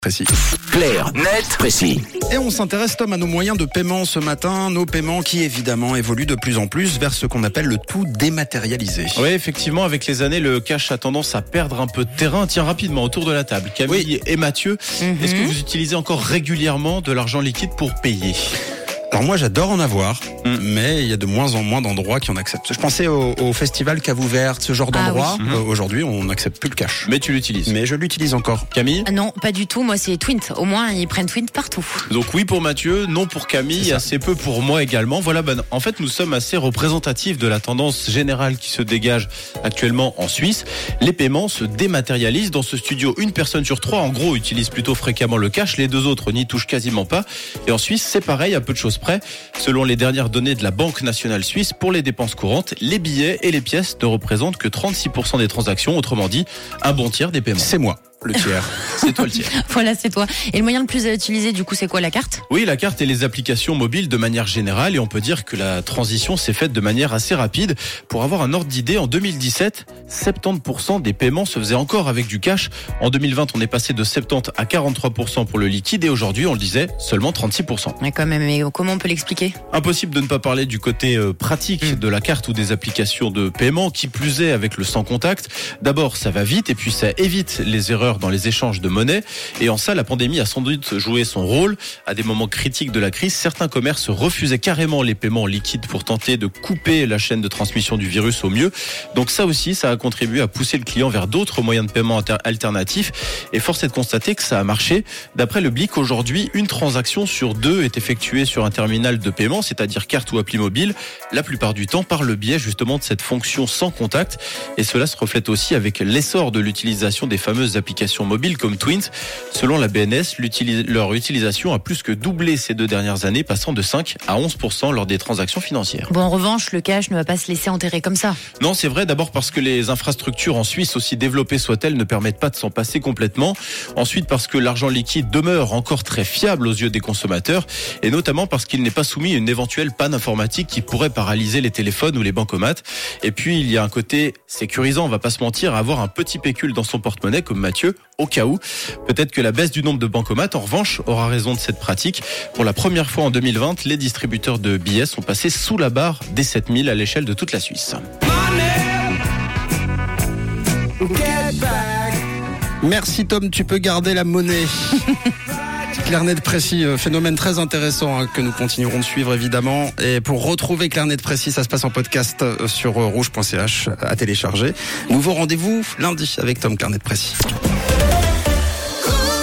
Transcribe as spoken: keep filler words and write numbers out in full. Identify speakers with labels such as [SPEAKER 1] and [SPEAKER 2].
[SPEAKER 1] Précis.
[SPEAKER 2] Clair, net, précis.
[SPEAKER 1] Et on s'intéresse, Tom, à nos moyens de paiement ce matin. Nos paiements qui, évidemment, évoluent de plus en plus vers ce qu'on appelle le tout dématérialisé.
[SPEAKER 3] Oui, effectivement, avec les années, le cash a tendance à perdre un peu de terrain. Tiens, rapidement, autour de la table, Camille oui. et Mathieu, mm-hmm. est-ce que vous utilisez encore régulièrement de l'argent liquide pour payer ?
[SPEAKER 1] Alors moi j'adore en avoir, mmh. mais il y a de moins en moins d'endroits qui en acceptent. Je pensais au, au festival Cave Ouverte, ce genre d'endroit. Ah oui. euh, aujourd'hui on n'accepte plus le cash.
[SPEAKER 3] Mais tu l'utilises.
[SPEAKER 1] Mais je l'utilise encore.
[SPEAKER 3] Camille ?
[SPEAKER 4] ah Non, pas du tout. Moi c'est Twint. Au moins ils prennent Twint partout.
[SPEAKER 3] Donc oui pour Mathieu, non pour Camille, assez peu pour moi également. Voilà, ben, en fait nous sommes assez représentatifs de la tendance générale qui se dégage actuellement en Suisse. Les paiements se dématérialisent. Dans ce studio, une personne sur trois en gros utilise plutôt fréquemment le cash. Les deux autres n'y touchent quasiment pas. Et en Suisse c'est pareil, à peu de choses près. Selon les dernières données de la Banque nationale suisse, pour les dépenses courantes, les billets et les pièces ne représentent que trente-six pour cent des transactions, autrement dit, un bon tiers des paiements.
[SPEAKER 1] C'est moi. Le tiers.
[SPEAKER 3] C'est toi le tiers.
[SPEAKER 4] Voilà, c'est toi. Et le moyen le plus utilisé, du coup, c'est quoi, la carte ?
[SPEAKER 3] Oui, la carte et les applications mobiles de manière générale. Et on peut dire que la transition s'est faite de manière assez rapide. Pour avoir un ordre d'idée, en deux mille dix-sept, soixante-dix pour cent des paiements se faisaient encore avec du cash. En deux mille vingt, on est passé de soixante-dix à quarante-trois pour cent pour le liquide. Et aujourd'hui, on le disait, seulement trente-six pour cent.
[SPEAKER 4] Mais quand même, mais comment on peut l'expliquer ?
[SPEAKER 3] Impossible de ne pas parler du côté euh, pratique mmh. de la carte ou des applications de paiement, qui plus est avec le sans contact. D'abord, ça va vite et puis ça évite les erreurs dans les échanges de monnaie. Et en ça, la pandémie a sans doute joué son rôle. À des moments critiques de la crise, certains commerces refusaient carrément les paiements liquides pour tenter de couper la chaîne de transmission du virus au mieux. Donc ça aussi, ça a contribué à pousser le client vers d'autres moyens de paiement alternatifs. Et force est de constater que ça a marché. D'après le B L I C, aujourd'hui, une transaction sur deux est effectuée sur un terminal de paiement, c'est-à-dire carte ou appli mobile, la plupart du temps par le biais justement de cette fonction sans contact. Et cela se reflète aussi avec l'essor de l'utilisation des fameuses applications mobiles comme Twint. Selon la B N S, l'utilis- leur utilisation a plus que doublé ces deux dernières années, passant de cinq à onze pour cent lors des transactions financières.
[SPEAKER 4] Bon, en revanche, le cash ne va pas se laisser enterrer comme ça.
[SPEAKER 3] Non, c'est vrai, d'abord parce que les infrastructures en Suisse, aussi développées soient-elles, ne permettent pas de s'en passer complètement. Ensuite, parce que l'argent liquide demeure encore très fiable aux yeux des consommateurs, et notamment parce qu'il n'est pas soumis à une éventuelle panne informatique qui pourrait paralyser les téléphones ou les bancomates. Et puis, il y a un côté sécurisant, on va pas se mentir, à avoir un petit pécule dans son porte-monnaie comme Mathieu, au cas où. Peut-être que la baisse du nombre de bancomates, en revanche, aura raison de cette pratique. Pour la première fois en deux mille vingt, les distributeurs de billets sont passés sous la barre des sept mille à l'échelle de toute la Suisse.
[SPEAKER 1] Merci Tom, tu peux garder la monnaie. Clair, net, précis, phénomène très intéressant hein, que nous continuerons de suivre évidemment. Et pour retrouver Clair, net, précis, ça se passe en podcast sur rouge point c h à télécharger. Nouveau rendez-vous lundi avec Tom, Clair, net, précis.